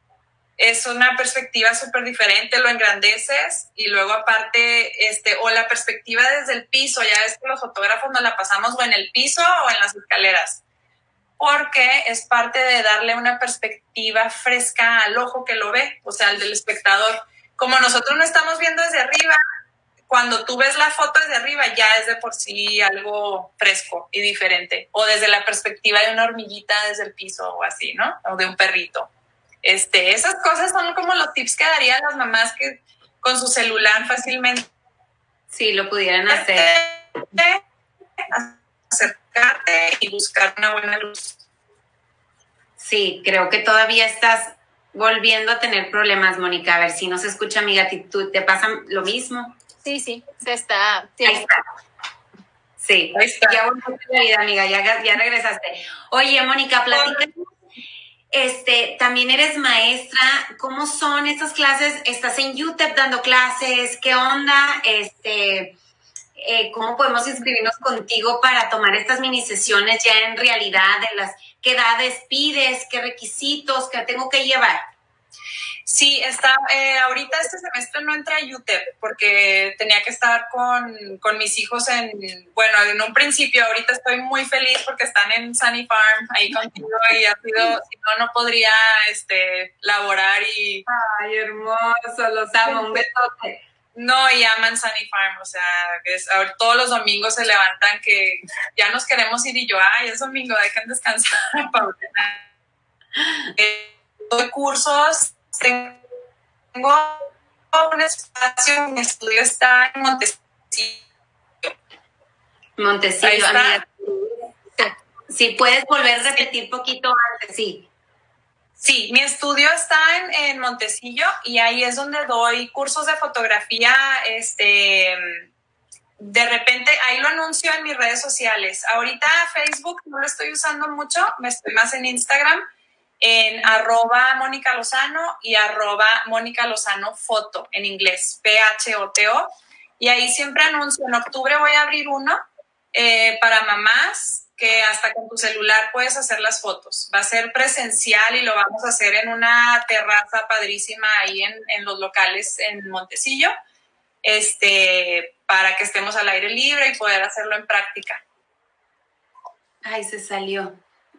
es una perspectiva súper diferente, lo engrandeces y luego aparte, este, o la perspectiva desde el piso, ya ves que los fotógrafos nos la pasamos o en el piso o en las escaleras, porque es parte de darle una perspectiva fresca al ojo que lo ve, o sea, al del espectador. Como nosotros no estamos viendo desde arriba, cuando tú ves la foto desde arriba ya es de por sí algo fresco y diferente, o desde la perspectiva de una hormiguita desde el piso o así, ¿no? O de un perrito. Este, esas cosas son como los tips que darían las mamás que con su celular fácilmente sí lo pudieran hacer. Acercarte y buscar una buena luz. Sí, creo que todavía estás volviendo a tener problemas, Mónica. A ver si no se escucha, amiga. ¿Tú te pasa lo mismo? Sí, sí, se está. Sí, Ahí está. Sí, Ahí está. Ya volvió a la vida, amiga. Ya, ya regresaste. Oye, Mónica, platícanos. Este, también eres maestra. ¿Cómo son estas clases? ¿Estás en U T E P dando clases? ¿Qué onda? Este, eh, ¿cómo podemos inscribirnos contigo para tomar estas mini sesiones ya en realidad? De las, ¿qué edades pides? ¿Qué requisitos? ¿Qué tengo que llevar? Sí, está, eh, ahorita este semestre no entré a U T E P porque tenía que estar con, con mis hijos en, bueno, en un principio. Ahorita estoy muy feliz porque están en Sunny Farm ahí contigo y ha sido, si no, no podría este, laborar y... Ay, hermoso, los amo, un besote. No, y aman Sunny Farm, o sea, es, todos los domingos se levantan que ya nos queremos ir y yo, ay, es domingo, dejen descansar. eh, doy cursos, tengo un espacio, mi estudio está en Montecillo. Montecillo, amiga. Si puedes volver a repetir poquito antes, sí. Sí, mi estudio está en, en Montecillo y ahí es donde doy cursos de fotografía. Este, de repente, ahí lo anuncio en mis redes sociales. Ahorita Facebook no lo estoy usando mucho, me estoy más en Instagram, en arroba Mónica Lozano y arroba Mónica Lozano Foto, en inglés, P H O T O. Y ahí siempre anuncio. En octubre voy a abrir uno eh, para mamás, que hasta con tu celular puedes hacer las fotos. Va a ser presencial y lo vamos a hacer en una terraza padrísima ahí en, en los locales en Montecillo, este, para que estemos al aire libre y poder hacerlo en práctica. Ay, se salió.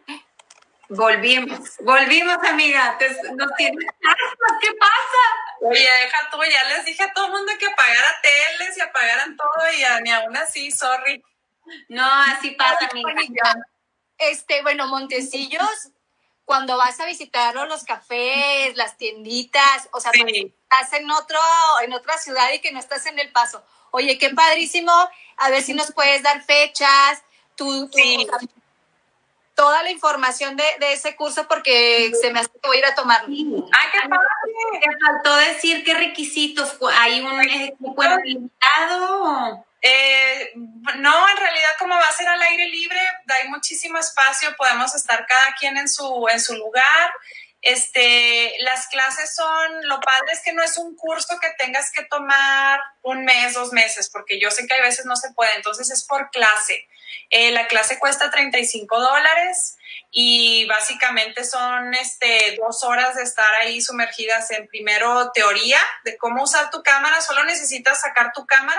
Volvimos, volvimos, amiga. Te, nos tienes hartas, ¿qué pasa? Oye, deja tú, ya les dije a todo el mundo que apagara teles y apagaran todo y a, ni aún así, sorry. No, así pasa, amiga. Este, bueno, Montecillos, cuando vas a visitarlo, los cafés, las tienditas, o sea, sí. Estás en otro, en otra ciudad y que no estás en El Paso. Oye, qué padrísimo. A ver si nos puedes dar fechas, tu, tu, sí. o sea, toda la información de, de ese curso porque se me hace que voy a ir a tomarlo. Sí. ¡Ay, qué padre! Te faltó decir qué requisitos. ¿Hay un equipo limitado? Eh, no, en realidad como va a ser al aire libre, hay muchísimo espacio, podemos estar cada quien en su, en su lugar. Este, las clases son, lo padre es que no es un curso que tengas que tomar un mes, dos meses, porque yo sé que hay veces no se puede, entonces es por clase. Eh, la clase cuesta treinta y cinco dólares y básicamente son este, dos horas de estar ahí sumergidas en primero teoría de cómo usar tu cámara, solo necesitas sacar tu cámara.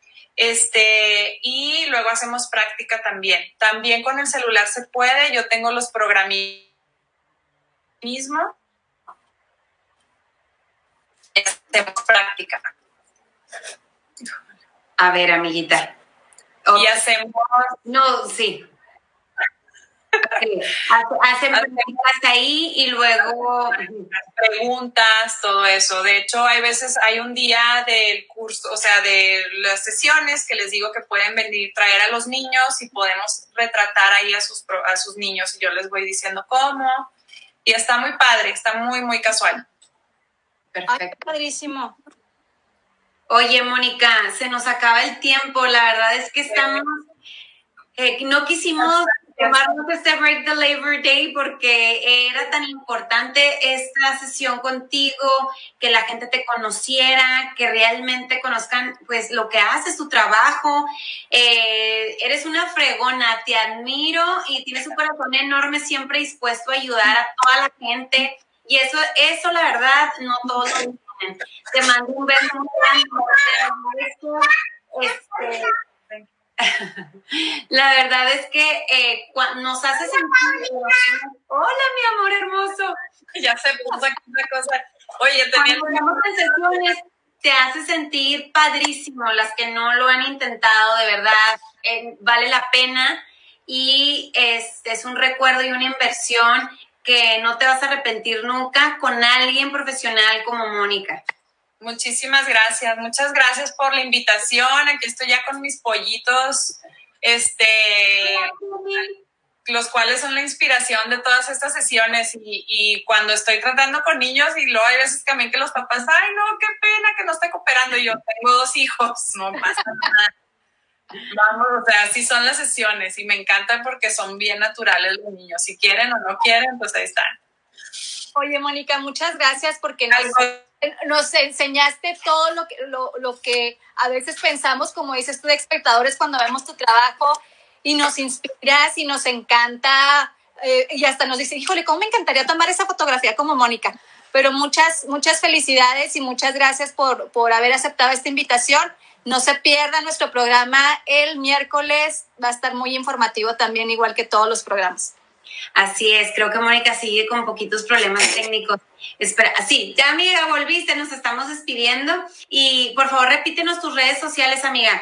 Este, y luego hacemos práctica también. También con el celular se puede. Yo tengo los programismos. Hacemos práctica. A ver, amiguita. Okay. Y hacemos. No, sí. Okay. Hacen preguntas ahí y luego preguntas, todo eso. De hecho, hay veces, hay un día del curso, o sea, de las sesiones que les digo que pueden venir, traer a los niños y podemos retratar ahí a sus, a sus niños y yo les voy diciendo cómo. Y está muy padre, está muy, muy casual. Perfecto. Ay, padrísimo. Oye, Mónica, se nos acaba el tiempo. La verdad es que estamos, eh, no quisimos tomarnos este Break the Labor Day porque era tan importante esta sesión contigo, que la gente te conociera, que realmente conozcan pues lo que haces, tu trabajo. Eh, eres una fregona, te admiro y tienes un corazón enorme, siempre dispuesto a ayudar a toda la gente. Y eso, eso la verdad, no todos lo dicen. Te mando un beso muy grande. Este, la verdad es que eh, nos hace sentir. Hola, mi amor hermoso. Ya se puso aquí una cosa. Oye, tenía. Cuando estamos en sesiones, te hace sentir padrísimo. Las que no lo han intentado, de verdad, eh, vale la pena. Y es, es un recuerdo y una inversión que no te vas a arrepentir nunca con alguien profesional como Mónica. Muchísimas gracias, muchas gracias por la invitación. Aquí estoy ya con mis pollitos, este, los cuales son la inspiración de todas estas sesiones. Y, y cuando estoy tratando con niños, y luego hay veces también que los papás, ay, no, qué pena que no esté cooperando. Y yo tengo dos hijos, no pasa nada. Vamos, o sea, así son las sesiones y me encanta porque son bien naturales los niños. Si quieren o no quieren, pues ahí están. Oye, Mónica, muchas gracias porque nos, nos enseñaste todo lo que, lo, lo que a veces pensamos, como dices tú, de espectadores cuando vemos tu trabajo y nos inspiras y nos encanta eh, y hasta nos dice, híjole, cómo me encantaría tomar esa fotografía como Mónica. pero muchas, muchas felicidades y muchas gracias por, por haber aceptado esta invitación. No se pierda nuestro programa el miércoles, va a estar muy informativo también, igual que todos los programas. Así es, creo que Mónica sigue con poquitos problemas técnicos. Espera, sí, ya amiga, volviste, nos estamos despidiendo y por favor repítenos tus redes sociales, amiga.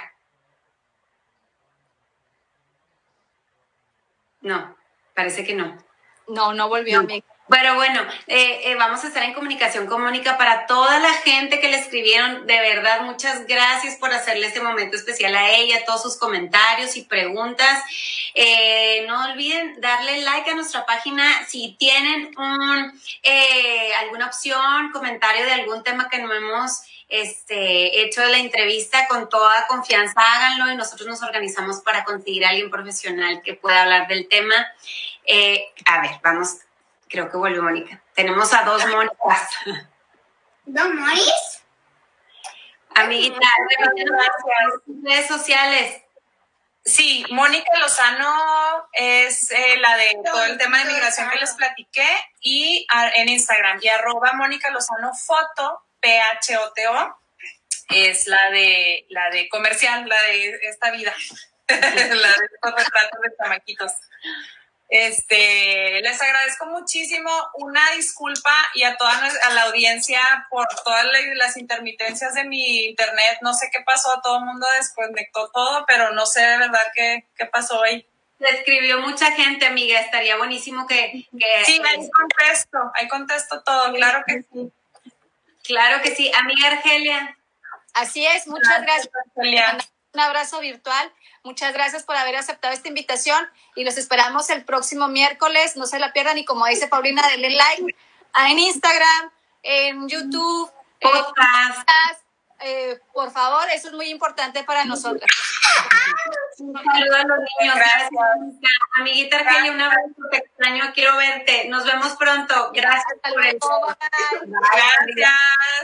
No, parece que no. No, no volvió, no. amiga. Pero bueno, eh, eh, vamos a estar en comunicación con Mónica. Para toda la gente que le escribieron, de verdad, muchas gracias por hacerle este momento especial a ella, todos sus comentarios y preguntas. Eh, no olviden darle like a nuestra página si tienen un, eh, alguna opción, comentario de algún tema que no hemos este, hecho la entrevista. Con toda confianza háganlo y nosotros nos organizamos para conseguir a alguien profesional que pueda hablar del tema. Eh, a ver, vamos. Creo que volvió Mónica. Tenemos a dos Mónicas. ¿Dos Moris? Amiguita, redes sociales. Sí, Mónica Lozano es eh, la de todo el tema de migración que les platiqué y a, en Instagram y arroba Mónica Lozano Foto, P H O T O, es la de, la de comercial, la de esta vida, la de estos retratos de chamaquitos. Este, les agradezco muchísimo, una disculpa y a toda a la audiencia por todas las intermitencias de mi internet. No sé qué pasó, todo el mundo desconectó todo, pero no sé de verdad qué, qué pasó ahí. Te escribió mucha gente, amiga, estaría buenísimo que... que sí, ahí contesto, ahí contesto todo, claro que sí. Claro que sí, amiga Argelia. Así es, muchas gracias. gracias. Un abrazo virtual. Muchas gracias por haber aceptado esta invitación y los esperamos el próximo miércoles. No se la pierdan y como dice Paulina, denle like en Instagram, en YouTube, podcast. Eh, por favor, eso es muy importante para nosotras. Un saludo a los niños. Gracias. Gracias. Amiguita Argelia, un abrazo, te extraño, quiero verte. Nos vemos pronto. Gracias por el... Gracias.